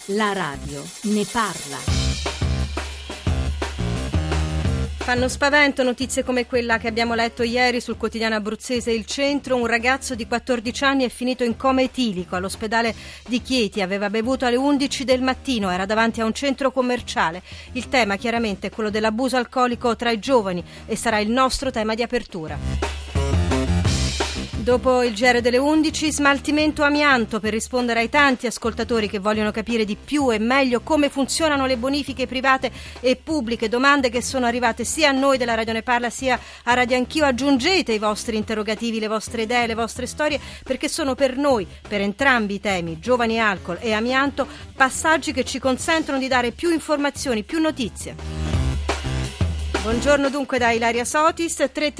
La radio ne parla. Fanno spavento notizie come quella che abbiamo letto ieri sul quotidiano abruzzese Il Centro. Un ragazzo di 14 anni è finito in coma etilico all'ospedale di Chieti. Aveva bevuto alle 11 del mattino, era davanti a un centro commerciale. Il tema chiaramente è quello dell'abuso alcolico tra i giovani e sarà il nostro tema di apertura. Dopo il GR delle 11, smaltimento amianto, per rispondere ai tanti ascoltatori che vogliono capire di più e meglio come funzionano le bonifiche private e pubbliche, domande che sono arrivate sia a noi della Radio Ne Parla sia a Radio Anch'io. Aggiungete i vostri interrogativi, le vostre idee, le vostre storie, perché sono per noi, per entrambi i temi, giovani, alcol e amianto, passaggi che ci consentono di dare più informazioni, più notizie. Buongiorno dunque da Ilaria Sotis.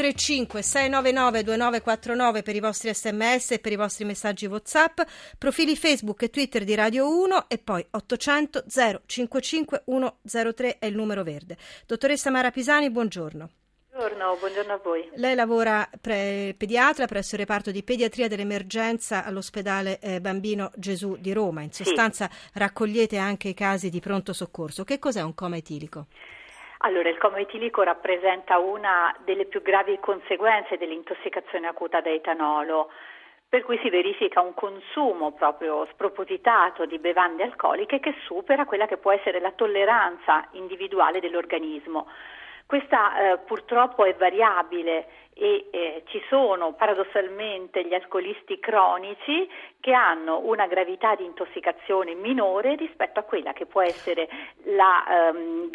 335-699-2949 per i vostri sms e per i vostri messaggi WhatsApp, profili Facebook e Twitter di Radio 1 e poi 800 055 103 è il numero verde. Dottoressa Mara Pisani, buongiorno. Buongiorno a voi. Lei lavora pediatra presso il reparto di pediatria dell'emergenza all'ospedale Bambino Gesù di Roma. In sostanza raccogliete anche i casi di pronto soccorso. Che cos'è un coma etilico? Allora, il coma etilico rappresenta una delle più gravi conseguenze dell'intossicazione acuta da etanolo, per cui si verifica un consumo proprio spropositato di bevande alcoliche che supera quella che può essere la tolleranza individuale dell'organismo. Questa purtroppo è variabile e ci sono paradossalmente gli alcolisti cronici che hanno una gravità di intossicazione minore rispetto a quella che può essere la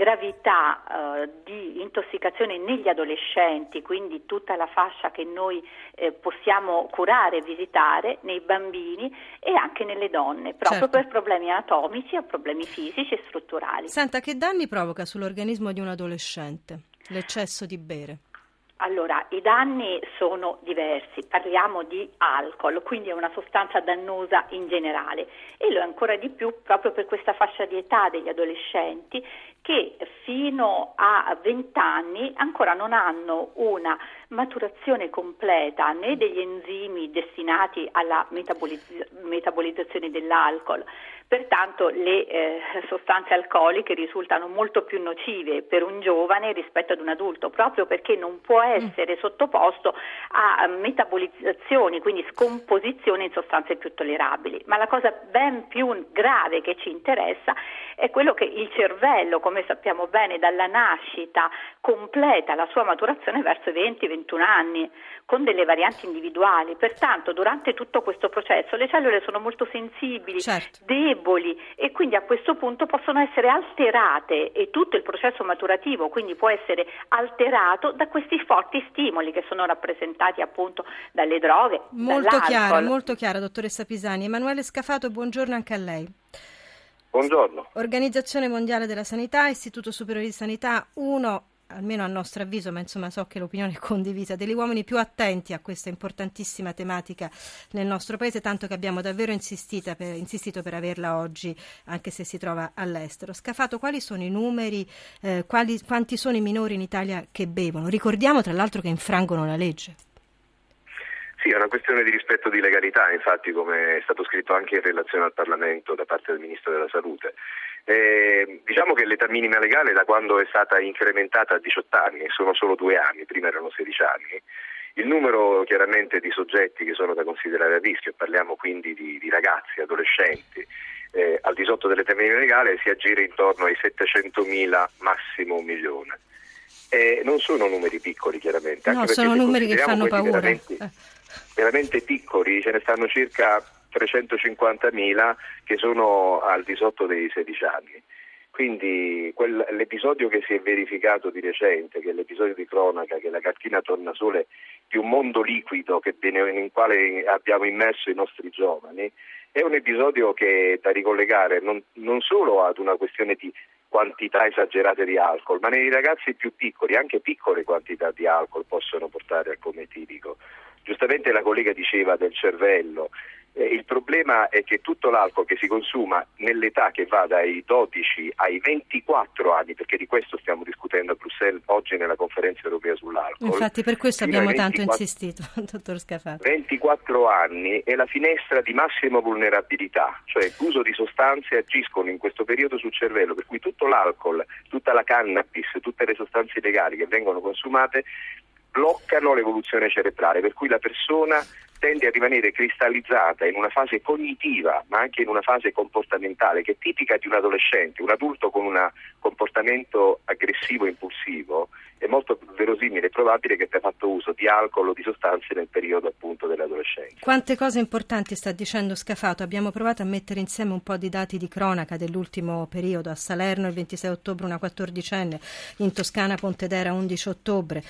gravità di intossicazione negli adolescenti, quindi tutta la fascia che noi possiamo curare e visitare nei bambini e anche nelle donne, proprio per problemi anatomici e problemi fisici e strutturali. Senta, che danni provoca sull'organismo di un adolescente l'eccesso di bere? Allora, i danni sono diversi, parliamo di alcol, quindi è una sostanza dannosa in generale e lo è ancora di più proprio per questa fascia di età degli adolescenti che fino a 20 anni ancora non hanno una maturazione completa né degli enzimi destinati alla metabolizzazione dell'alcol. Pertanto le sostanze alcoliche risultano molto più nocive per un giovane rispetto ad un adulto, proprio perché non può essere sottoposto a metabolizzazioni, quindi scomposizione in sostanze più tollerabili. Ma la cosa ben più grave che ci interessa è quello che il cervello, come sappiamo bene, dalla nascita completa la sua maturazione verso i 20-21 anni, con delle varianti individuali. Pertanto durante tutto questo processo le cellule sono molto sensibili, deboli e quindi a questo punto possono essere alterate e tutto il processo maturativo quindi può essere alterato da questi forti stimoli che sono rappresentati appunto dalle droghe, dall'alcol. Molto chiara, dottoressa Pisani. Emanuele Scafato, buongiorno anche a lei. Buongiorno. Organizzazione Mondiale della Sanità, Istituto Superiore di Sanità, uno, almeno a nostro avviso, ma insomma so che l'opinione è condivisa, degli uomini più attenti a questa importantissima tematica nel nostro paese, tanto che abbiamo davvero insistito per averla oggi, anche se si trova all'estero. Scafato, quali sono i numeri, quanti sono i minori in Italia che bevono? Ricordiamo tra l'altro che infrangono la legge. Sì, è una questione di rispetto di legalità, infatti, come è stato scritto anche in relazione al Parlamento da parte del Ministro della Salute. Diciamo che l'età minima legale da quando è stata incrementata a 18 anni, sono solo 2 anni, prima erano 16 anni, il numero chiaramente di soggetti che sono da considerare a rischio, parliamo quindi di ragazzi, adolescenti, al di sotto dell'età minima legale si aggira intorno ai 700.000, massimo 1 milione. Non sono numeri piccoli chiaramente. No, sono numeri che fanno paura. Veramente piccoli, ce ne stanno circa 350.000 che sono al di sotto dei 16 anni. Quindi l'episodio che si è verificato di recente, che è l'episodio di cronaca, che è la cartina tornasole di un mondo liquido in quale abbiamo immerso i nostri giovani, è un episodio che è da ricollegare non solo ad una questione di quantità esagerate di alcol, ma nei ragazzi più piccoli, anche piccole quantità di alcol possono portare al coma etilico. Giustamente la collega diceva del cervello, Il problema è che tutto l'alcol che si consuma nell'età che va dai 12 ai 24 anni, perché di questo stiamo discutendo a Bruxelles oggi nella conferenza europea sull'alcol. Infatti per questo abbiamo tanto insistito, dottor Scafato. 24 anni è la finestra di massima vulnerabilità, cioè l'uso di sostanze agiscono in questo periodo sul cervello, per cui tutto l'alcol, tutta la cannabis, tutte le sostanze illegali che vengono consumate bloccano l'evoluzione cerebrale, per cui la persona tende a rimanere cristallizzata in una fase cognitiva, ma anche in una fase comportamentale che è tipica di un adolescente. Un adulto con un comportamento aggressivo e impulsivo è molto verosimile e probabile che abbia fatto uso di alcol o di sostanze nel periodo appunto dell'adolescenza. Quante cose importanti sta dicendo Scafato. Abbiamo provato a mettere insieme un po' di dati di cronaca dell'ultimo periodo. A Salerno il 26 ottobre una 14enne, in Toscana Pontedera 11 ottobre,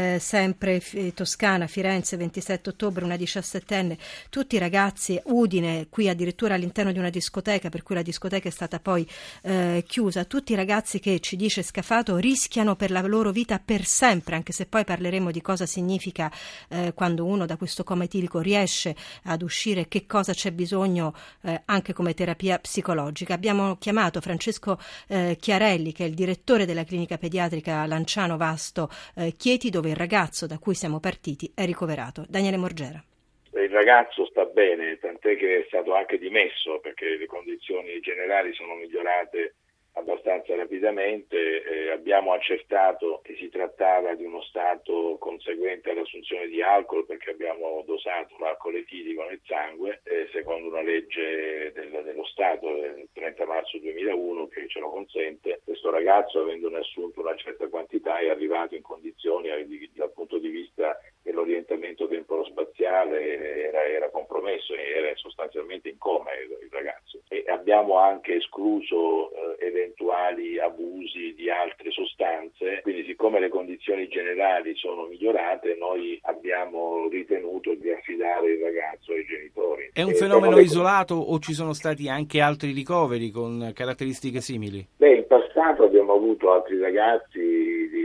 sempre Toscana, Firenze 27 ottobre una 17enne, tutti ragazzi. Udine, qui addirittura all'interno di una discoteca, per cui la discoteca è stata poi chiusa. Tutti i ragazzi che, ci dice Scafato, rischiano per la loro vita per sempre, anche se poi parleremo di cosa significa quando uno da questo coma etilico riesce ad uscire, che cosa c'è bisogno anche come terapia psicologica. Abbiamo chiamato Francesco Chiarelli, che è il direttore della clinica pediatrica Lanciano Vasto Chieti, dove il ragazzo da cui siamo partiti è ricoverato. Daniele Morgera. Il ragazzo sta bene, tant'è che è stato anche dimesso perché le condizioni generali sono migliorate abbastanza rapidamente. Abbiamo accertato che si trattava di uno stato conseguente all'assunzione di alcol, perché abbiamo dosato l'alcol etilico nel sangue secondo una legge dello Stato del 30 marzo 2001 che ce lo consente. Questo ragazzo, avendone assunto una certa quantità, è arrivato in condizioni dal punto di vista dell'orientamento temporospaziale era compromesso, era sostanzialmente in coma il ragazzo. E abbiamo anche escluso eventuali abusi di altre sostanze, quindi siccome le condizioni generali sono migliorate, noi abbiamo ritenuto di affidare il ragazzo ai genitori. È un fenomeno isolato o ci sono stati anche altri ricoveri con caratteristiche simili? In passato abbiamo avuto altri ragazzi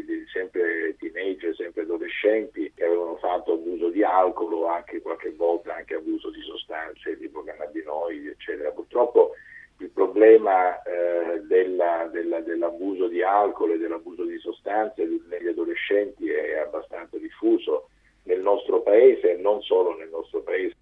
sempre teenager, sempre adolescenti, che avevano fatto abuso di alcol o anche qualche volta anche abuso di sostanze tipo cannabinoidi, eccetera. Purtroppo il problema dell'abuso di alcol e dell'abuso di sostanze negli adolescenti è abbastanza diffuso nel nostro paese e non solo nel nostro paese.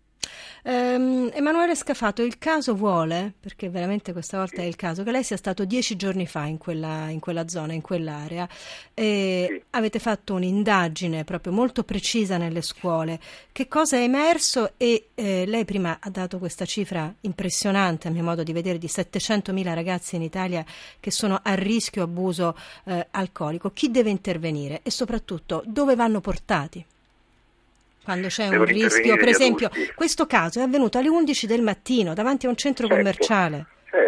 Emanuele Scafato, il caso vuole, perché veramente questa volta è il caso, che lei sia stato 10 giorni fa in quella zona, in quell'area, e Sì. Avete fatto un'indagine proprio molto precisa nelle scuole. Che cosa è emerso? E lei prima ha dato questa cifra impressionante, a mio modo di vedere, di 700.000 ragazzi in Italia che sono a rischio abuso alcolico. Chi deve intervenire e soprattutto dove vanno portati? Quando c'è un rischio, per esempio, questo caso è avvenuto alle 11 del mattino davanti a un centro commerciale.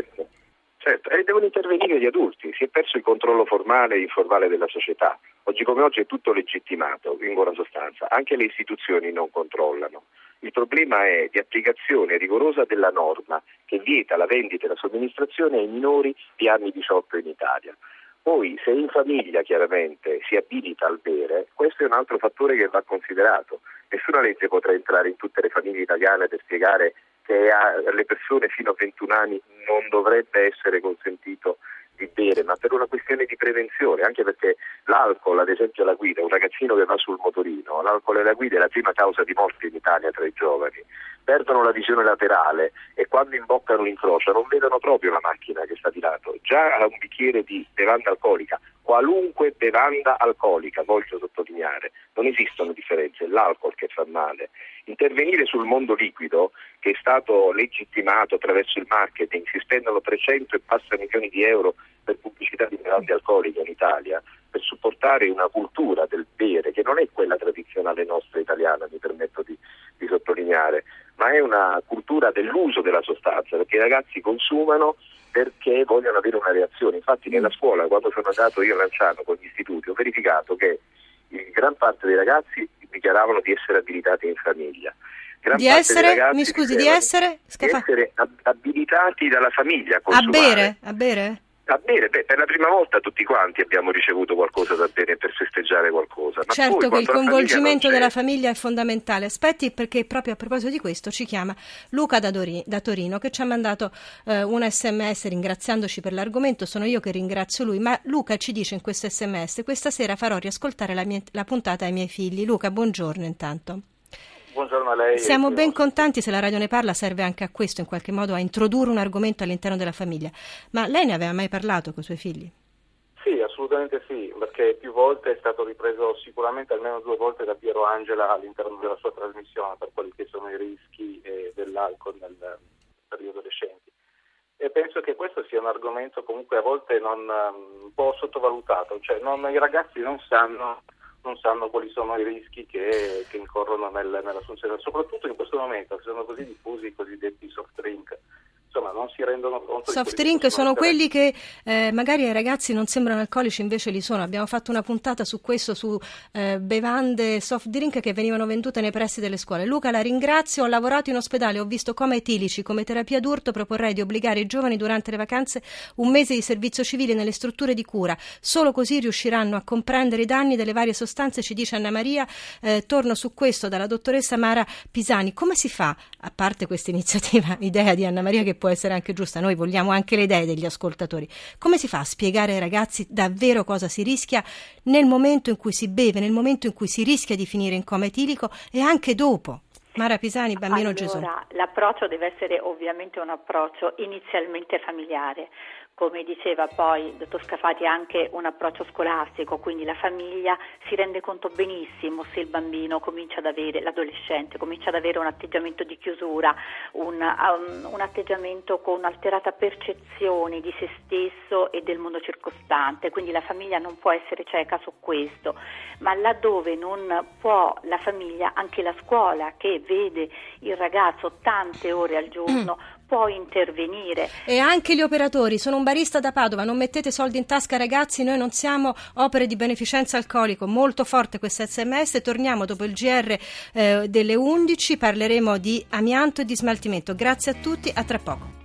Certo, e devono intervenire gli adulti, si è perso il controllo formale e informale della società. Oggi come oggi è tutto legittimato, in buona sostanza, anche le istituzioni non controllano. Il problema è di applicazione rigorosa della norma che vieta la vendita e la somministrazione ai minori di anni 18 in Italia. Poi, se in famiglia chiaramente si abilita al bere, questo è un altro fattore che va considerato. Nessuna legge potrà entrare in tutte le famiglie italiane per spiegare che alle persone fino a 21 anni non dovrebbe essere consentito di bere, ma per una questione di prevenzione, anche perché l'alcol, ad esempio alla guida, un ragazzino che va sul motorino, l'alcol e la guida è la prima causa di morte in Italia tra i giovani. Perdono la visione laterale e quando imboccano l'incrocio non vedono proprio la macchina che sta di lato. Già un bicchiere di bevanda alcolica, qualunque bevanda alcolica, voglio sottolineare, non esistono differenze, è l'alcol che fa male. Intervenire sul mondo liquido, che è stato legittimato attraverso il marketing, si spendono 300 e passa milioni di euro per pubblicità di bevande alcoliche in Italia, per supportare una cultura del bere che non è quella tradizionale nostra italiana, mi permetto di sottolineare, ma è una cultura dell'uso della sostanza, perché i ragazzi consumano perché vogliono avere una reazione. Infatti nella scuola, quando sono andato io a Lanciano con gli istituti, ho verificato che gran parte dei ragazzi dichiaravano di essere abilitati in famiglia. Di essere abilitati dalla famiglia a consumare. A bere? A bere, per la prima volta tutti quanti abbiamo ricevuto qualcosa da bere per festeggiare qualcosa. Ma certo poi, che il coinvolgimento della famiglia è fondamentale. Aspetti, perché proprio a proposito di questo ci chiama Luca da Torino, che ci ha mandato un SMS ringraziandoci per l'argomento. Sono io che ringrazio lui, ma Luca ci dice in questo SMS: questa sera farò riascoltare la puntata ai miei figli. Luca, buongiorno intanto. Buongiorno a lei. Siamo ben contenti se la Radio Ne Parla serve anche a questo, in qualche modo a introdurre un argomento all'interno della famiglia. Ma lei ne aveva mai parlato con i suoi figli? Sì, assolutamente sì, perché più volte è stato ripreso, sicuramente almeno 2 volte, da Piero Angela all'interno della sua trasmissione, per quelli che sono i rischi dell'alcol per gli adolescenti. E penso che questo sia un argomento comunque a volte un po' sottovalutato, cioè i ragazzi non sanno quali sono i rischi che incorrono nell'assunzione, soprattutto in questo momento, che sono così diffusi i cosiddetti soft drink. Insomma, non si rendono conto. Soft drink sono quelli che magari ai ragazzi non sembrano alcolici, invece li sono. Abbiamo fatto una puntata su questo, su bevande soft drink che venivano vendute nei pressi delle scuole. Luca, la ringrazio. Ho lavorato in ospedale, ho visto coma etilici. Come terapia d'urto proporrei di obbligare i giovani durante le vacanze 1 mese di servizio civile nelle strutture di cura. Solo così riusciranno a comprendere i danni delle varie sostanze, ci dice Anna Maria. Torno su questo dalla dottoressa Mara Pisani. Come si fa, a parte questa iniziativa, idea di Anna Maria che può essere anche giusta, noi vogliamo anche le idee degli ascoltatori, come si fa a spiegare ai ragazzi davvero cosa si rischia nel momento in cui si beve, nel momento in cui si rischia di finire in coma etilico e anche dopo? Mara Pisani, Bambino Gesù. L'approccio deve essere ovviamente un approccio inizialmente familiare. Come diceva poi il dottor Scafati, anche un approccio scolastico, quindi la famiglia si rende conto benissimo se il bambino l'adolescente comincia ad avere un atteggiamento di chiusura, un atteggiamento con alterata percezione di se stesso e del mondo circostante, quindi la famiglia non può essere cieca su questo, ma laddove non può la famiglia, anche la scuola che vede il ragazzo tante ore al giorno può intervenire. E anche gli operatori. Sono un barista da Padova, non mettete soldi in tasca ragazzi, noi non siamo opere di beneficenza alcolico. Molto forte questo SMS. Torniamo dopo il GR delle 11, parleremo di amianto e di smaltimento. Grazie a tutti, a tra poco.